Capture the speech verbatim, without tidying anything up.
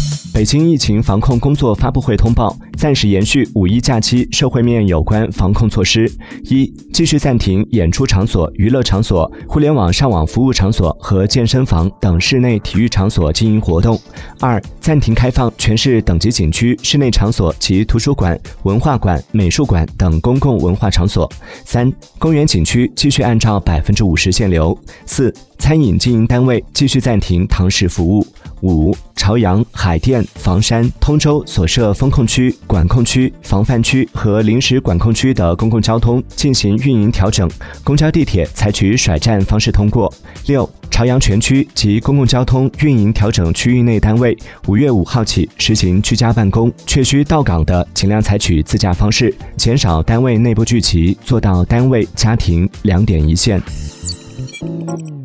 北京疫情防控工作发布会通报，暂时延续五一假期社会面有关防控措施：一、继续暂停演出场所、娱乐场所、互联网上网服务场所和健身房等室内体育场所经营活动；二、暂停开放全市等级景区、室内场所及图书馆、文化馆、美术馆等公共文化场所；三、公园景区继续按照百分之五十限流；四、餐饮经营单位继续暂停堂食服务；五、朝阳、海淀、房山、通州所设风控区、管控区、防范区和临时管控区的公共交通进行运营调整，公交地铁采取甩站方式通过。六、朝阳全区及公共交通运营调整区域内单位，五月五号起实行居家办公，确需到岗的尽量采取自驾方式，减少单位内部聚集，做到单位、家庭两点一线。